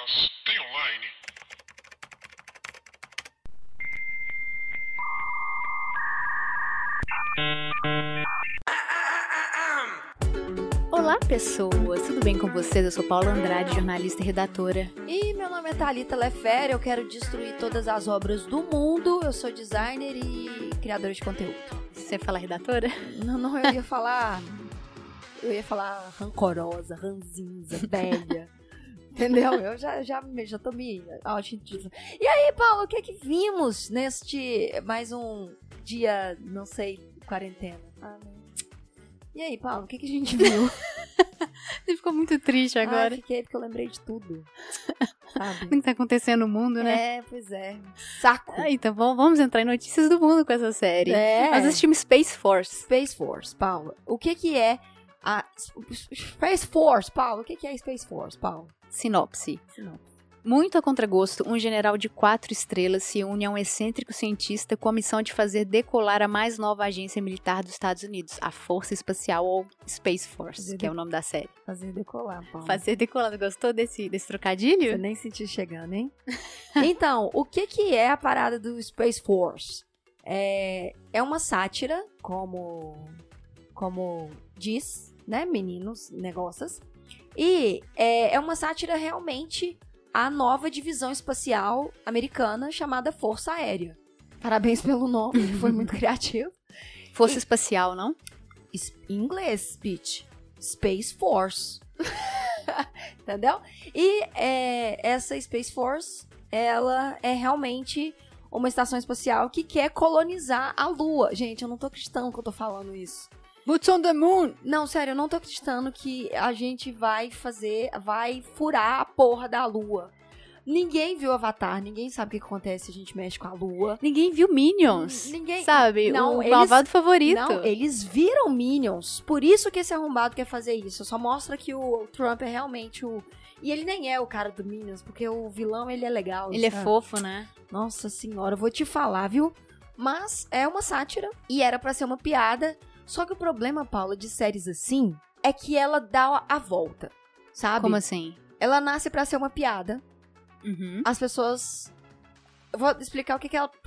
Mas tem online? Olá, pessoas! Tudo bem com vocês? Eu sou Paula Andrade, jornalista e redatora. E meu nome é Thalita Lefere, eu quero destruir todas as obras do mundo. Eu sou designer e criadora de conteúdo. Você fala redatora? Não, eu ia falar... rancorosa, ranzinza, velha. Entendeu? Eu já tô me auto-intitulando. E aí, Paulo, o que é que vimos neste mais um dia, não sei, quarentena? E aí, Paulo, o que a gente viu? Você ficou muito triste agora. Fiquei porque eu lembrei de tudo. Sabe? O que tá acontecendo no mundo, né? Pois é. Saco. Então vamos entrar em notícias do mundo com essa série. Nós assistimos Space Force. Space Force, Paulo. O que é a Space Force, Paulo? O que é Space Force, Paulo? Sinopse. Muito a contragosto, um general de 4 estrelas se une a um excêntrico cientista com a missão de fazer decolar a mais nova agência militar dos Estados Unidos, a Força Espacial ou Space Force, que é o nome da série. Fazer decolar, Paulo. Fazer decolar. Gostou desse trocadilho? Você nem sentiu chegando, hein? Então, o que é a parada do Space Force? É uma sátira, como diz, né, meninos, negócios. E é uma sátira realmente a nova divisão espacial americana chamada Força Aérea. Parabéns pelo nome, que foi muito criativo. Força Espacial, não? Em inglês, bitch. Space Force. Entendeu? E essa Space Force, ela é realmente uma estação espacial que quer colonizar a Lua. Gente, eu não tô acreditando que eu tô falando isso. Boots on the Moon! Não, sério, eu não tô acreditando que a gente vai furar a porra da Lua. Ninguém viu Avatar, ninguém sabe o que acontece se a gente mexe com a Lua. Ninguém viu Minions, ninguém sabe? Não, o malvado favorito. Não, eles viram Minions, por isso que esse arrombado quer fazer isso. Só mostra que o Trump é realmente o... E ele nem é o cara do Minions, porque o vilão, ele é legal. Ele sabe? É fofo, né? Nossa senhora, eu vou te falar, viu? Mas é uma sátira e era pra ser uma piada. Só que o problema, Paula, de séries assim, é que ela dá a volta, sabe? Como assim? Ela nasce pra ser uma piada. Uhum. As pessoas... Eu vou explicar o que ela...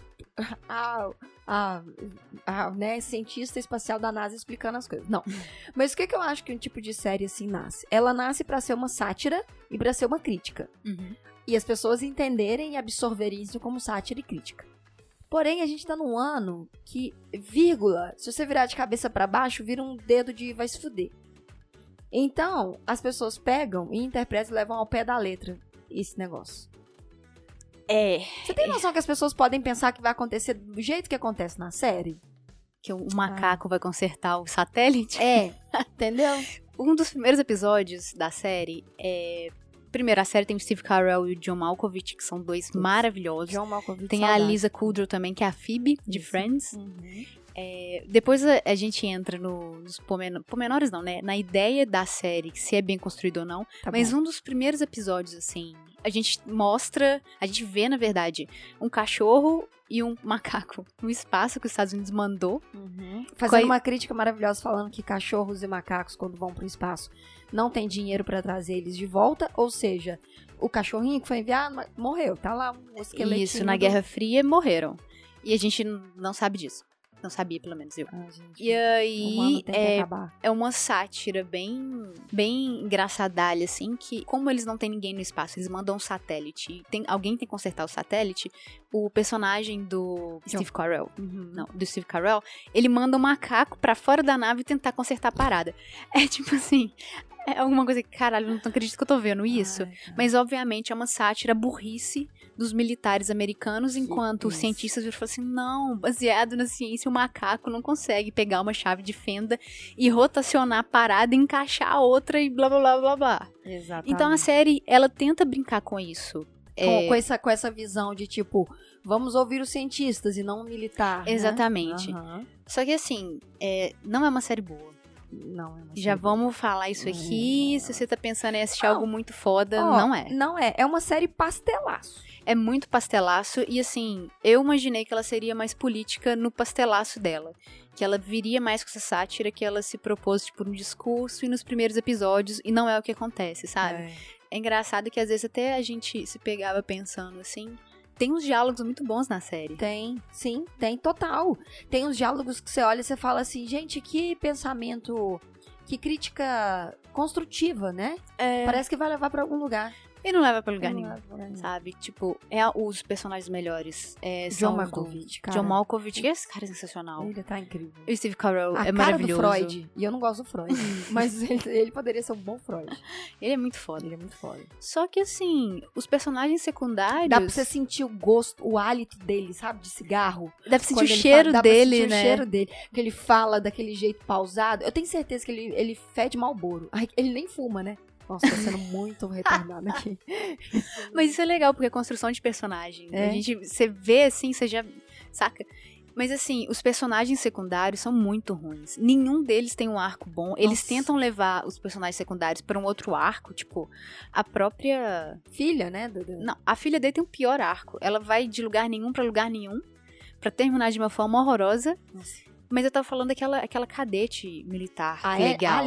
né, cientista espacial da NASA explicando as coisas. Não. Mas o que eu acho que um tipo de série assim nasce? Ela nasce pra ser uma sátira e pra ser uma crítica. Uhum. E as pessoas entenderem e absorverem isso como sátira e crítica. Porém, a gente tá num ano que, vírgula, se você virar de cabeça pra baixo, vira um dedo de vai se fuder. Então, as pessoas pegam e interpretam e levam ao pé da letra esse negócio. Você tem noção que as pessoas podem pensar que vai acontecer do jeito que acontece na série? Que o macaco vai consertar o satélite? Entendeu? Um dos primeiros episódios da série é... Primeiro, a série tem o Steve Carell e o John Malkovich, que são dois maravilhosos. John Malkovich, tem saudade. a Lisa Kudrow também, que é a Phoebe, de Friends. Uhum. Depois a gente entra nos pormenores, não, né? Na ideia da série, se é bem construído ou não. Tá mas bom. um dos primeiros episódios, assim, a gente vê, na verdade, um cachorro e um macaco no espaço que os Estados Unidos mandou. Uhum. Fazendo uma crítica maravilhosa falando que cachorros e macacos, quando vão pro espaço, não tem dinheiro pra trazer eles de volta. Ou seja, o cachorrinho que foi enviado morreu. Tá lá um esqueletinho. Isso, na Guerra Fria morreram. E a gente não sabe disso. Não sabia, pelo menos eu. Gente, E aí, é uma sátira bem engraçadalha, assim, que como eles não têm ninguém no espaço, eles mandam um satélite, alguém tem que consertar o satélite, o personagem do Steve Carell, do Steve Carell, ele manda um macaco pra fora da nave tentar consertar a parada. É tipo assim... É alguma coisa que, caralho, não acredito que eu tô vendo isso. Mas, obviamente, é uma sátira burrice dos militares americanos, enquanto os cientistas viram assim, não, baseado na ciência, o macaco não consegue pegar uma chave de fenda e rotacionar a parada, encaixar a outra e blá, blá, blá, blá, blá. Exatamente. Então, a série, ela tenta brincar com isso. Com essa visão de, tipo, vamos ouvir os cientistas e não o militar, Exatamente. Né? Uhum. Só que, assim, não é uma série boa. Não, já vamos falar isso aqui. Se você tá pensando em assistir algo muito foda, não é. Não é. É uma série pastelaço. É muito pastelaço. E assim, eu imaginei que ela seria mais política no pastelaço dela. Que ela viria mais com essa sátira que ela se propôs, tipo, no discurso e nos primeiros episódios. E não é o que acontece, sabe? É engraçado que às vezes até a gente se pegava pensando assim, tem uns diálogos muito bons na série. Tem, sim, tem total. Tem uns diálogos que você olha e você fala assim, gente, que pensamento, que crítica construtiva, né? Parece que vai levar pra algum lugar. E não leva pra lugar nenhum, sabe? Tipo, os personagens melhores são John Malkovich, cara. John Malkovich, esse cara é sensacional. Ele tá incrível. E o Steve Carell A é cara maravilhoso. do Freud, e eu não gosto do Freud, mas ele poderia ser um bom Freud. Ele é muito foda. Ele é muito foda. Só que assim, os personagens secundários... Dá pra você sentir o gosto, o hálito dele, sabe? De cigarro. Dá pra sentir o Quando ele cheiro fala, dele, dá pra sentir né? o cheiro dele. Que ele fala daquele jeito pausado. Eu tenho certeza que ele fede Marlboro. Ele nem fuma, né? Nossa, tá sendo muito retardado aqui. Mas isso é legal, porque é construção de personagem. É. Você vê assim, você já... Saca? Mas assim, os personagens secundários são muito ruins. Nenhum deles tem um arco bom. Eles tentam levar os personagens secundários pra um outro arco. Tipo, a própria... Filha, né? Não, a filha dele tem um pior arco. Ela vai de lugar nenhum pra lugar nenhum. Pra terminar de uma forma horrorosa. Nossa. Mas eu tava falando daquela cadete militar legal.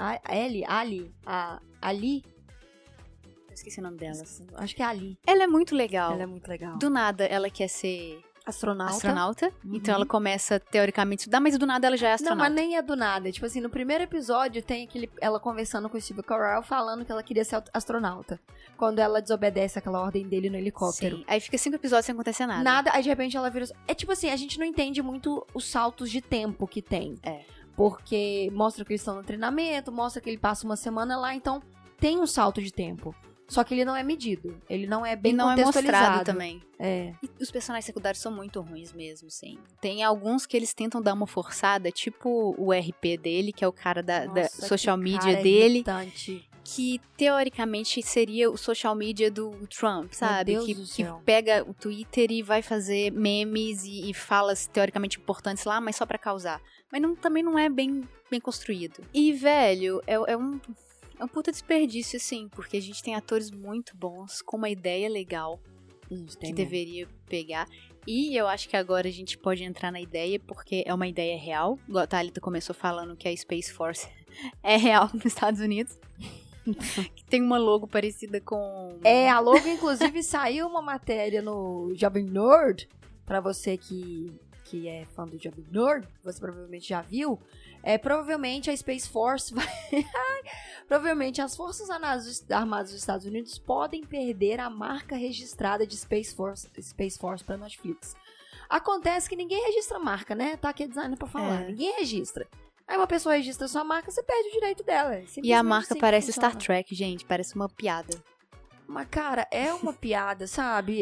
Ali. Eu esqueci o nome dela. Acho que é Ali. Ela é muito legal. Ela é muito legal. Do nada, ela quer ser Astronauta. Então ela começa, teoricamente, a estudar, mas do nada ela já é astronauta. Não, mas nem é do nada. Tipo assim, no primeiro episódio tem ela conversando com o Steve Carell falando que ela queria ser astronauta. Quando ela desobedece aquela ordem dele no helicóptero. Sim. Aí fica 5 episódios sem acontecer nada. Aí de repente ela vira... É tipo assim, a gente não entende muito os saltos de tempo que tem. Porque mostra que eles estão no treinamento, mostra que ele passa uma semana lá, então tem um salto de tempo. Só que ele não é medido. Ele não é bem contextualizado. E não é mostrado também. E os personagens secundários são muito ruins mesmo, sim. Tem alguns que eles tentam dar uma forçada, tipo o RP dele, que é o cara da social media dele. Irritante. Que, teoricamente, seria o social media do Trump, sabe? Meu Deus do céu. Que pega o Twitter e vai fazer memes e falas teoricamente importantes lá, mas só pra causar. Mas também não é bem construído. E, velho, é um puta desperdício, assim, porque a gente tem atores muito bons, com uma ideia legal, que deveria pegar. E eu acho que agora a gente pode entrar na ideia, porque é uma ideia real. A Thalita começou falando que a Space Force é real nos Estados Unidos. Que tem uma logo parecida com... a logo, inclusive, saiu uma matéria no Jovem Nerd, pra você que é fã do Jovem Nerd, você provavelmente já viu. Provavelmente a Space Force vai... provavelmente as Forças Armadas dos Estados Unidos podem perder a marca registrada de Space Force pra Netflix. Acontece que ninguém registra a marca, né? Tá aqui a designer pra falar. Ninguém registra. Aí uma pessoa registra sua marca, você perde o direito dela. E a marca assim parece funciona. Star Trek, gente. Parece uma piada. Mas, cara, é uma piada, sabe?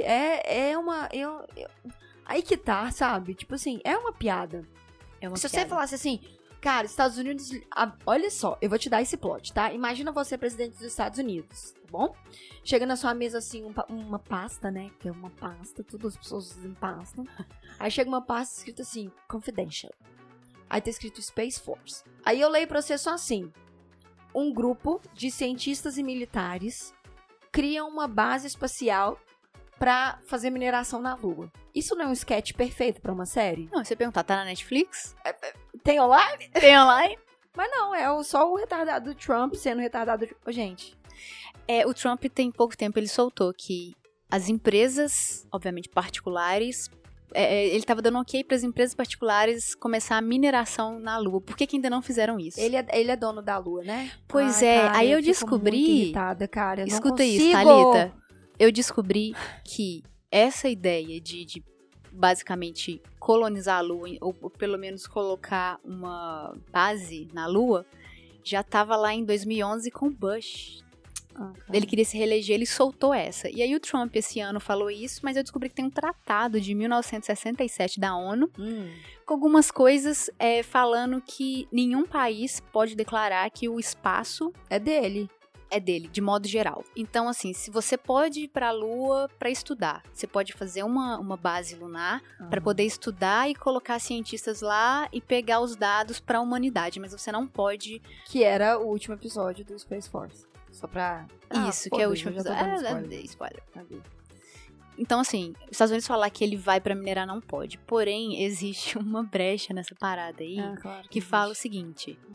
Aí que tá, sabe? Tipo assim, é uma piada. Se você falasse assim, cara, Estados Unidos... olha só, eu vou te dar esse plot, tá? Imagina você presidente dos Estados Unidos, tá bom? Chega na sua mesa, assim, uma pasta, né? Que é uma pasta, todas as pessoas usam pasta. Aí chega uma pasta escrita assim, confidential. Aí tá escrito Space Force. Aí eu leio pra você só assim. Um grupo de cientistas e militares criam uma base espacial pra fazer mineração na Lua. Isso não é um sketch perfeito pra uma série? Não, você perguntar, tá na Netflix? Tem online? Tem online? Mas não, só o retardado do Trump sendo retardado... Gente... O Trump tem pouco tempo, ele soltou que as empresas, obviamente particulares... ele tava dando ok para as empresas particulares começar a mineração na Lua. Por que ainda não fizeram isso? Ele é dono da Lua, né? Pois cara, aí eu fico descobri... muito irritada, cara. Eu escuta não consigo. Isso, Thalita. Eu descobri que essa ideia de basicamente colonizar a Lua, ou pelo menos colocar uma base na Lua, já tava lá em 2011 com Bush. Ele queria se reeleger, ele soltou essa. E aí o Trump esse ano falou isso, mas eu descobri que tem um tratado de 1967 da ONU, com algumas coisas falando que nenhum país pode declarar que o espaço é dele, de modo geral. Então, assim, se você pode ir pra Lua pra estudar, você pode fazer uma base lunar pra poder estudar e colocar cientistas lá e pegar os dados pra humanidade, mas você não pode... Que era o último episódio do Space Force. Só pra... Isso, que é o último episódio. Spoiler. Então, assim, os Estados Unidos falar que ele vai pra minerar não pode. Porém, existe uma brecha nessa parada aí claro que fala o seguinte...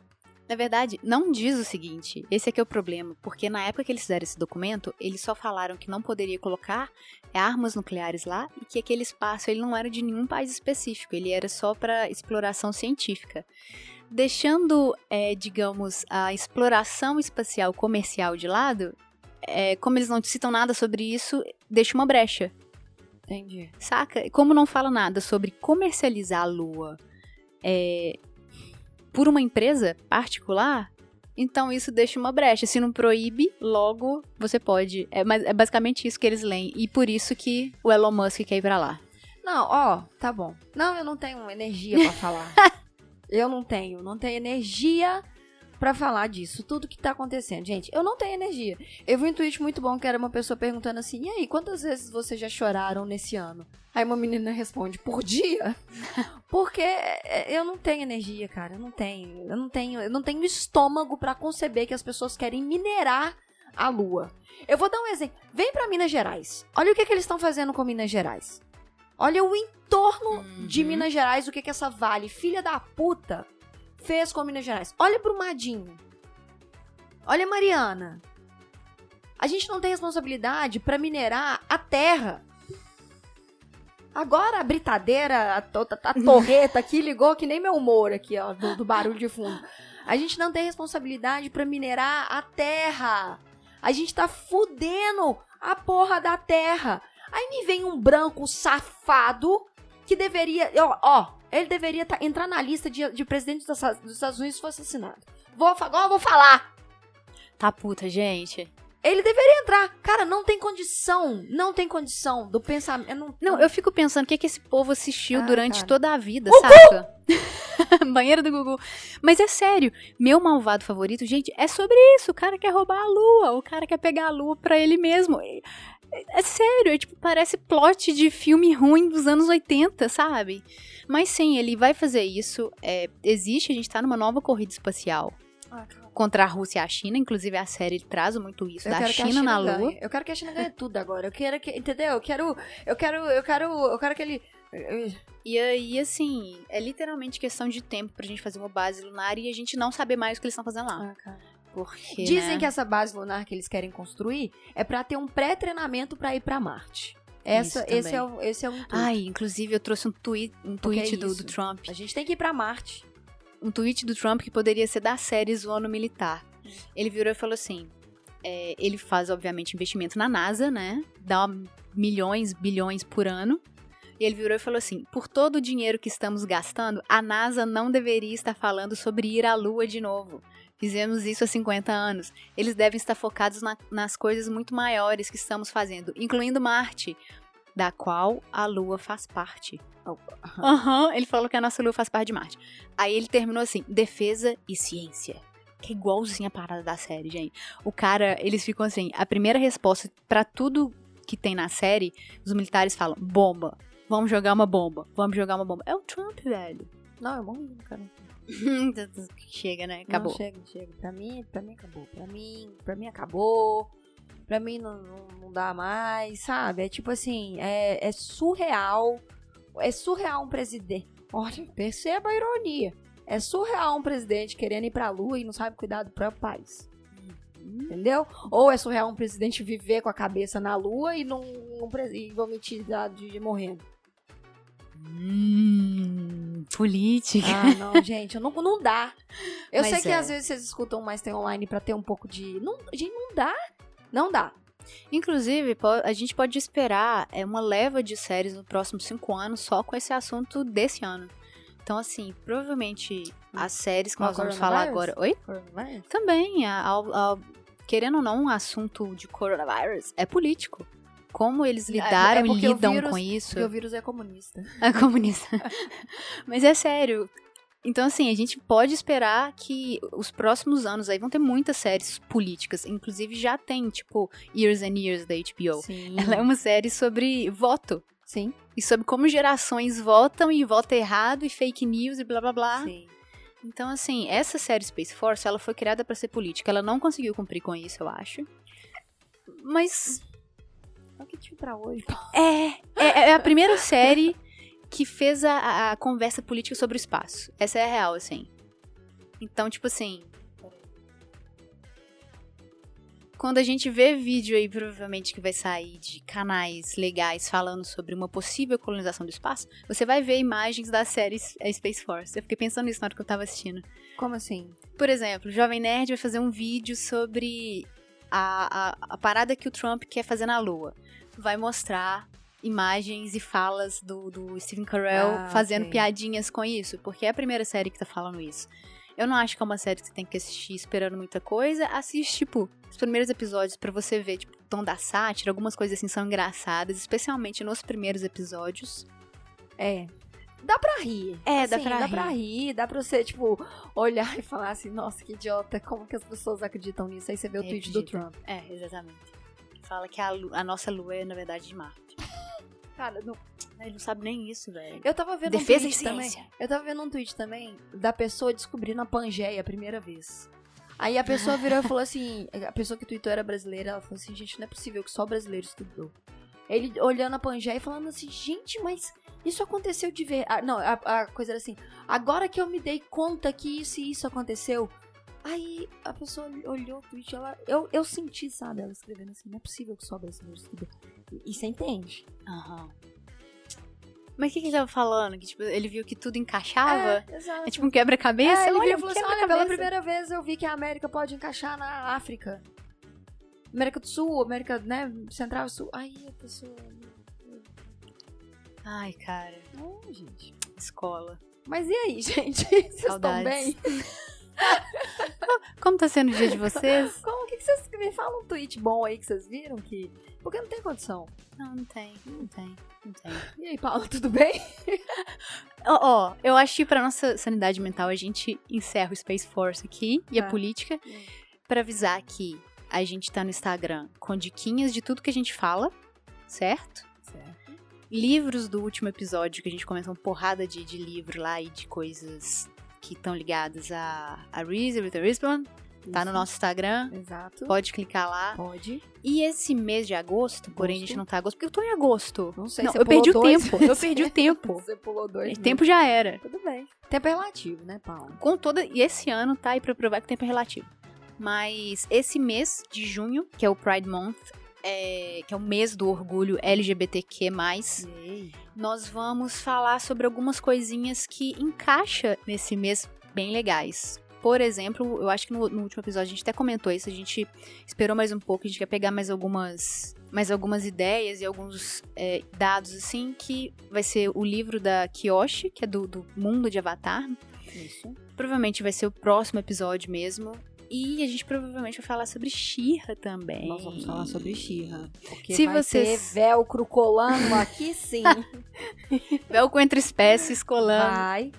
Na verdade, não diz o seguinte, esse aqui é o problema, porque na época que eles fizeram esse documento, eles só falaram que não poderia colocar armas nucleares lá e que aquele espaço ele não era de nenhum país específico, ele era só para exploração científica. Deixando, digamos, a exploração espacial comercial de lado, como eles não citam nada sobre isso, deixa uma brecha. Entendi. Saca? Como não fala nada sobre comercializar a Lua por uma empresa particular, então isso deixa uma brecha. Se não proíbe, logo você pode. É basicamente isso que eles leem. E por isso que o Elon Musk quer ir pra lá. Não, tá bom. Não, eu não tenho energia pra falar. Eu não tenho energia pra falar disso, tudo que tá acontecendo. Gente, eu não tenho energia. Eu vi um tweet muito bom que era uma pessoa perguntando assim, e aí, quantas vezes vocês já choraram nesse ano? Aí uma menina responde, por dia? Porque eu não tenho energia, cara, eu não tenho estômago pra conceber que as pessoas querem minerar a Lua. Eu vou dar um exemplo. Vem pra Minas Gerais. Olha o que eles estão fazendo com Minas Gerais. Olha o entorno de Minas Gerais, o que essa Vale, filha da puta, fez com Minas Gerais. Olha Brumadinho. Olha Mariana. A gente não tem responsabilidade pra minerar a terra. Agora a britadeira, a torreta aqui ligou que nem meu humor aqui, ó, do barulho de fundo. A gente não tem responsabilidade pra minerar a terra. A gente tá fudendo a porra da terra. Aí me vem um branco safado que deveria... ele deveria entrar na lista de presidente dos Estados Unidos se fosse assassinado. Agora eu vou falar. Tá puta, gente. Ele deveria entrar. Cara, não tem condição do pensamento. Não, eu fico pensando o que esse povo assistiu durante toda a vida, Gugu! saca? Banheiro do Gugu. Mas é sério, meu malvado favorito, gente, é sobre isso. O cara quer roubar a Lua, o cara quer pegar a Lua pra ele mesmo. É sério, tipo, parece plot de filme ruim dos anos 80, sabe? Mas sim, ele vai fazer isso. A gente tá numa nova corrida espacial contra a Rússia e a China. Inclusive, a série traz muito isso, da China na Lua. Eu quero que a China ganhe tudo agora. Eu quero que, entendeu? Eu quero que ele... E aí, assim, é literalmente questão de tempo pra gente fazer uma base lunar e a gente não saber mais o que eles estão fazendo lá. Cara. Porque, dizem que essa base lunar que eles querem construir é pra ter um pré-treinamento pra ir pra Marte. Esse é o intuito. Inclusive eu trouxe um tweet do Trump. A gente tem que ir pra Marte. Um tweet do Trump que poderia ser da série Zoando Militar. Ele virou e falou assim, ele faz, obviamente, investimento na NASA, né? Dá milhões, bilhões por ano. E ele virou e falou assim, por todo o dinheiro que estamos gastando, a NASA não deveria estar falando sobre ir à Lua de novo. Fizemos isso há 50 anos. Eles devem estar focados nas coisas muito maiores que estamos fazendo, incluindo Marte, da qual a Lua faz parte. Ele falou que a nossa Lua faz parte de Marte. Aí ele terminou assim, defesa e ciência. Que é igualzinho a parada da série, gente. O cara, eles ficam assim, a primeira resposta pra tudo que tem na série, os militares falam, bomba. Vamos jogar uma bomba. É o Trump, velho. Não, é bom, cara. Chega, né? Acabou. Não, chega. Pra mim acabou. Pra mim acabou. Pra mim não dá mais, sabe? É tipo assim, é surreal. É surreal um presidente. Olha, perceba a ironia. É surreal um presidente querendo ir pra Lua e não sabe cuidar do próprio país. Entendeu? Ou é surreal um presidente viver com a cabeça na Lua e não omitir de morrendo. Política. Não, gente, não dá. Eu Mas sei que às vezes vocês escutam mais Tem Online pra ter um pouco de... Gente, não dá. Não dá. Inclusive, a gente pode esperar uma leva de séries nos próximos 5 anos só com esse assunto desse ano. Então, assim, provavelmente as séries que nós vamos falar agora... Oi? Também. Querendo ou não, um assunto de coronavírus é político. Como eles lidaram e lidam com isso. Porque o vírus é comunista. É comunista. Mas é sério. Então, assim, a gente pode esperar que os próximos anos aí vão ter muitas séries políticas. Inclusive, já tem, tipo, Years and Years da HBO. Sim. Ela é uma série sobre voto. Sim. E sobre como gerações votam e votam errado e fake news e blá, blá, blá. Sim. Então, assim, essa série Space Force, ela foi criada pra ser política. Ela não conseguiu cumprir com isso, eu acho. Mas... o que tinha pra hoje? É a primeira série que fez a conversa política sobre o espaço. Essa é a real, assim. Então, tipo assim, quando a gente vê vídeo aí, provavelmente que vai sair de canais legais falando sobre uma possível colonização do espaço, você vai ver imagens da série Space Force. Eu fiquei pensando nisso na hora que eu tava assistindo. Como assim? Por exemplo, o Jovem Nerd vai fazer um vídeo sobre a parada que o Trump quer fazer na Lua. Vai mostrar imagens e falas do Steve Carell fazendo piadinhas com isso, porque é a primeira série que tá falando isso. Eu não acho que é uma série que você tem que assistir esperando muita coisa. Assiste, tipo, os primeiros episódios pra você ver, tipo, o tom da sátira, algumas coisas assim são engraçadas, especialmente nos primeiros episódios. Dá pra rir. Dá assim, pra rir. Dá pra você, tipo, olhar e falar assim, nossa, que idiota, como que as pessoas acreditam nisso? Aí você vê o tweet do Trump. Exatamente. Fala que a nossa lua é, na verdade, de Marte. Cara, ele não sabe nem isso, velho. Eu tava vendo Defesa um tweet também. Eu tava vendo um tweet também da pessoa descobrindo a Pangeia a primeira vez. Aí a pessoa virou e falou assim, a pessoa que tweetou era brasileira, ela falou assim, gente, não é possível que só brasileiro estudou. Ele olhando a Pangeia e falando assim, gente, mas isso aconteceu de ver. Não, a coisa era assim, agora que eu me dei conta que isso e isso aconteceu. Aí a pessoa olhou o tweet, eu senti, sabe, ela escrevendo assim, não é possível que só brasileiro estudou. E você entende? Aham. Mas o que ele tava falando? Que tipo, ele viu que tudo encaixava? Exato. É tipo um quebra-cabeça? Ele viu e falou assim, olha, pela primeira vez eu vi que a América pode encaixar na África. América do Sul, América, né, Central e Sul. Aí a pessoa... Ai, cara. Gente. Escola. Mas e aí, gente? Vocês estão bem? Como tá sendo o dia de vocês? Como que vocês me falam um tweet bom aí que vocês viram que... Porque não tem condição. Não tem. E aí, Paula, tudo bem? Eu acho que pra nossa sanidade mental a gente encerra o Space Force aqui e a política pra avisar que a gente tá no Instagram com diquinhas de tudo que a gente fala, certo? Livros do último episódio, que a gente comentou uma porrada de livro lá e de coisas que estão ligadas a Reese Witherspoon. Tá no nosso Instagram. Exato. Pode clicar lá. Pode. E esse mês de agosto, porém a gente não tá em agosto, porque eu tô em agosto. Não sei, eu perdi o tempo. Eu perdi o tempo. Você pulou 2 O tempo já era. Tudo bem. Tempo é relativo, né, Paula? E esse ano tá aí pra provar que o tempo é relativo. Mas esse mês de junho, que é o Pride Month, que é o mês do orgulho LGBTQ+, nós vamos falar sobre algumas coisinhas que encaixa nesse mês bem legais. Por exemplo, eu acho que no último episódio a gente até comentou isso, a gente esperou mais um pouco, a gente quer pegar mais algumas ideias e alguns dados, assim, que vai ser o livro da Kyoshi, que é do mundo de Avatar. Isso. Provavelmente vai ser o próximo episódio mesmo. E a gente provavelmente vai falar sobre She-Ra também. Nós vamos falar sobre She-Ra. Porque Se vai ter velcro colando aqui, sim. Velcro entre espécies colando. Vai.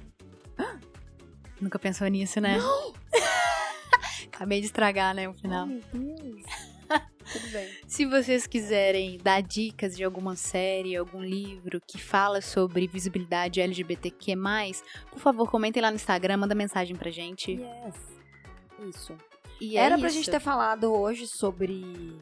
Nunca pensou nisso, né? Não! Acabei de estragar, né, o final. Oh, meu Deus. Tudo bem. Se vocês quiserem dar dicas de alguma série, algum livro que fala sobre visibilidade LGBTQ+, por favor, comentem lá no Instagram, manda mensagem pra gente. Yes. Isso. E Era pra gente ter falado hoje sobre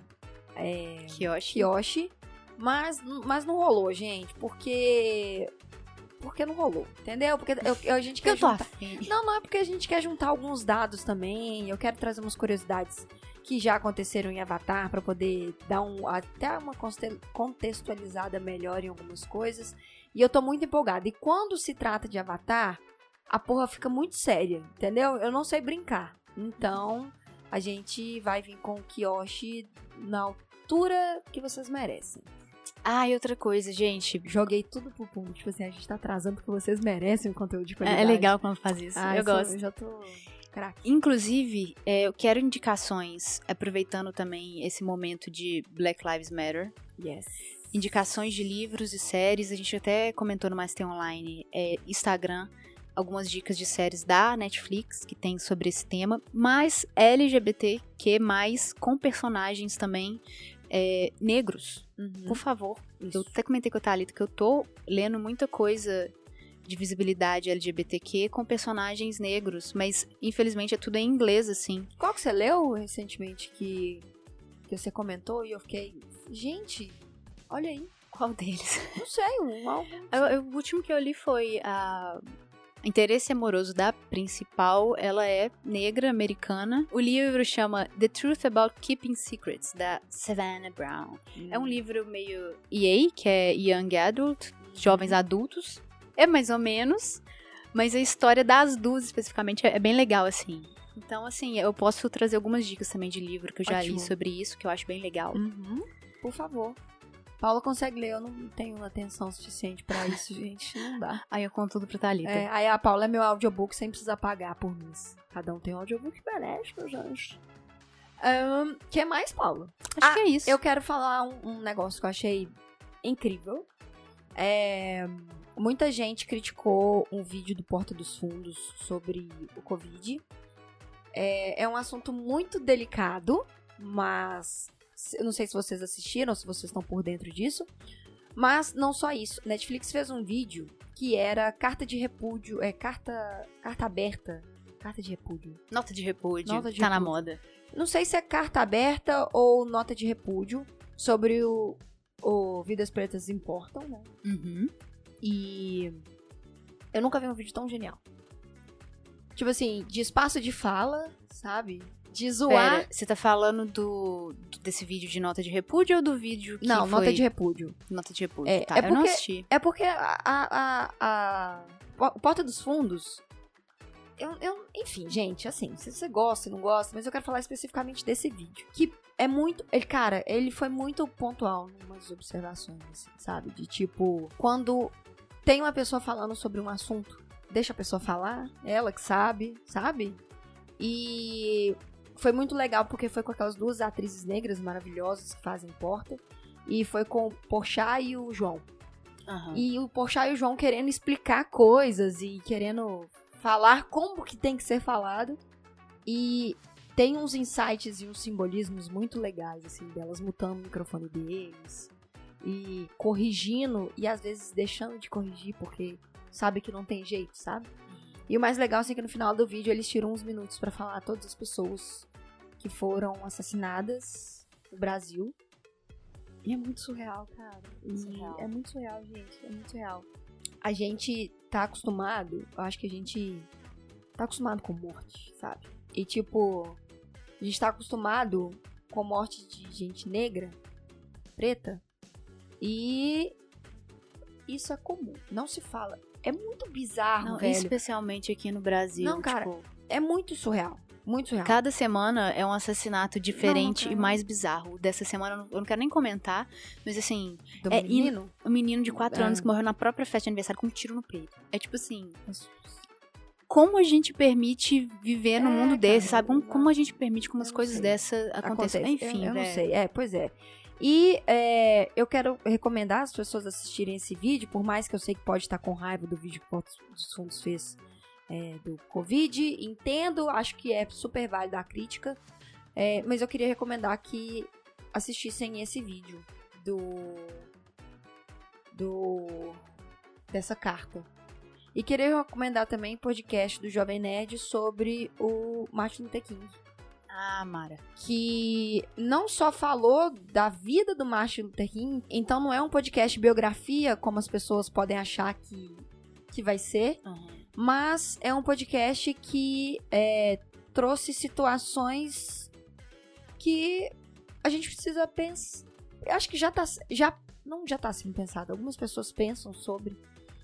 Kyoshi, mas não rolou, gente, porque não rolou, entendeu? Porque a gente quer juntar... Não é porque a gente quer juntar alguns dados também, eu quero trazer umas curiosidades que já aconteceram em Avatar pra poder dar até uma contextualizada melhor em algumas coisas, e eu tô muito empolgada. E quando se trata de Avatar, a porra fica muito séria, entendeu? Eu não sei brincar. Então, a gente vai vir com o Kyoshi na altura que vocês merecem. Ah, e outra coisa, gente. Joguei tudo pro público. Tipo assim, a gente tá trazendo porque vocês merecem um conteúdo de qualidade. É legal quando faz isso. Eu gosto. Eu já tô craque. Inclusive, eu quero indicações, aproveitando também esse momento de Black Lives Matter. Yes. Indicações de livros e séries. A gente até comentou no Mais Tem Online, Instagram, algumas dicas de séries da Netflix que tem sobre esse tema, mas LGBTQ+, com personagens também negros, por favor. Isso. Eu até comentei com a Thalita que eu tô lendo muita coisa de visibilidade LGBTQ com personagens negros, mas infelizmente é tudo em inglês, assim. Qual que você leu recentemente que você comentou e eu fiquei, gente, olha aí. Qual deles? Não sei, algum. O último que eu li foi interesse amoroso da principal, ela é negra, americana. O livro chama The Truth About Keeping Secrets, da Savannah Brown. É um livro meio EA, que é Young Adult, jovens adultos. É mais ou menos, mas a história das duas especificamente é bem legal, assim. Então, assim, eu posso trazer algumas dicas também de livro que eu já li sobre isso, que eu acho bem legal. Por favor. Paula consegue ler, eu não tenho atenção suficiente pra isso, gente, não dá. Aí eu conto tudo pra Thalita. Aí a Paula é meu audiobook sem precisar pagar por mês. Cada um tem um audiobook que merece, meus anjos. Que mais, Paula? Acho que é isso. Eu quero falar um negócio que eu achei incrível. Muita gente criticou um vídeo do Porta dos Fundos sobre o Covid. É um assunto muito delicado, mas eu não sei se vocês assistiram ou se vocês estão por dentro disso. Mas não só isso. Netflix fez um vídeo que era carta de repúdio, carta aberta. Carta de repúdio. Nota de repúdio. Tá na moda. Não sei se é carta aberta ou nota de repúdio sobre o Vidas Pretas Importam, né? E eu nunca vi um vídeo tão genial. Tipo assim, de espaço de fala, sabe? De zoar. Pera, você tá falando desse vídeo de nota de repúdio ou do vídeo que Não, foi... nota de repúdio. Nota de repúdio, tá. Eu não assisti. É porque o Porta dos Fundos... Enfim, gente, assim, se você gosta ou não gosta, mas eu quero falar especificamente desse vídeo. Que é muito... Ele foi muito pontual em umas observações, assim, sabe? De tipo, quando tem uma pessoa falando sobre um assunto, deixa a pessoa falar, ela que sabe? E foi muito legal porque foi com aquelas duas atrizes negras maravilhosas que fazem Porta. E foi com o Porchat e o João. E o Porchat e o João querendo explicar coisas e querendo falar como que tem que ser falado. E tem uns insights e uns simbolismos muito legais, assim, delas mutando o microfone deles. E corrigindo, e às vezes deixando de corrigir porque sabe que não tem jeito, sabe? E o mais legal, assim, é que no final do vídeo eles tiram uns minutos pra falar a todas as pessoas que foram assassinadas no Brasil. E é muito surreal, cara. É muito surreal, gente. É muito surreal. A gente tá acostumado, eu acho que a gente tá acostumado com morte, sabe? E tipo, a gente tá acostumado com morte de gente negra, preta, e isso é comum. Não se fala. É muito bizarro, velho. Especialmente aqui no Brasil. Não, cara, tipo, é muito surreal. Muito surreal. Cada semana é um assassinato diferente e mais bizarro. Dessa semana eu não quero nem comentar, mas assim... Um menino de 4 anos que morreu na própria festa de aniversário com um tiro no peito. É tipo assim... Como a gente permite viver no mundo desse, sabe? Como a gente permite que umas coisas dessas aconteçam? Enfim, eu não sei. Pois é. E eu quero recomendar as pessoas assistirem esse vídeo, por mais que eu sei que pode estar com raiva do vídeo que o Porta dos Fundos fez do Covid. Entendo, acho que é super válida a crítica, mas eu queria recomendar que assistissem esse vídeo dessa carta. E queria recomendar também o podcast do Jovem Nerd sobre o Martin Luther King. Ah, Mara. Que não só falou da vida do Martin Luther King, então não é um podcast biografia, como as pessoas podem achar que vai ser, mas é um podcast que trouxe situações que a gente precisa pensar. Acho que não já tá sendo pensado. Algumas pessoas pensam sobre,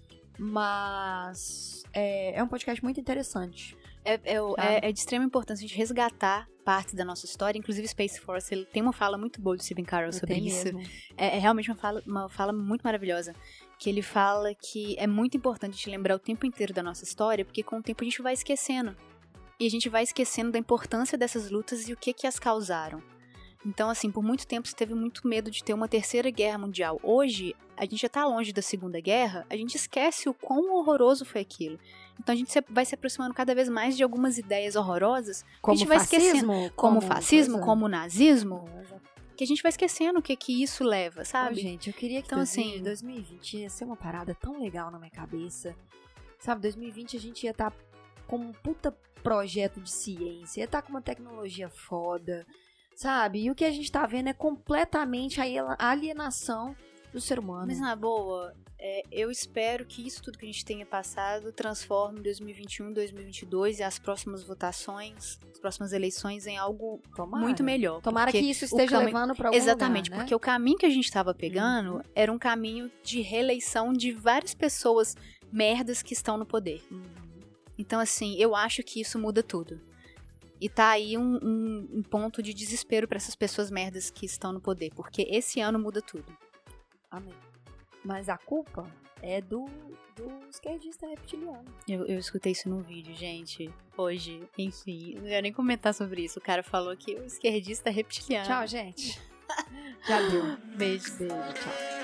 mas é um podcast muito interessante. É de extrema importância a gente resgatar partes da nossa história, inclusive Space Force, ele tem uma fala muito boa do Stephen Carell sobre isso. É realmente uma fala muito maravilhosa, que ele fala que é muito importante a gente lembrar o tempo inteiro da nossa história, porque com o tempo a gente vai esquecendo. E a gente vai esquecendo da importância dessas lutas e o que as causaram. Então, assim, por muito tempo se teve muito medo de ter uma terceira guerra mundial. Hoje, a gente já tá longe da Segunda Guerra, a gente esquece o quão horroroso foi aquilo. Então a gente vai se aproximando cada vez mais de algumas ideias horrorosas, como a gente vai esquecendo, como fascismo, como nazismo, que a gente vai esquecendo o que isso leva, sabe? Gente, eu queria que então, 2020 ia ser uma parada tão legal na minha cabeça. Sabe, 2020 a gente ia estar com um puta projeto de ciência, ia estar com uma tecnologia foda, sabe? E o que a gente tá vendo é completamente a alienação do ser humano. Mas na boa, Eu espero que isso tudo que a gente tenha passado transforme 2021, 2022 e as próximas votações, as próximas eleições em algo muito melhor. Tomara que isso esteja levando para algum Exatamente, lugar, né? porque o caminho que a gente estava pegando era um caminho de reeleição de várias pessoas merdas que estão no poder. Então, assim, eu acho que isso muda tudo. E tá aí um ponto de desespero para essas pessoas merdas que estão no poder, porque esse ano muda tudo. Amém. Mas a culpa é do esquerdista reptiliano. Eu escutei isso num vídeo, gente, hoje. Enfim, não ia nem comentar sobre isso. O cara falou que o esquerdista é reptiliano. Tchau, gente. Já deu. Beijo, tchau.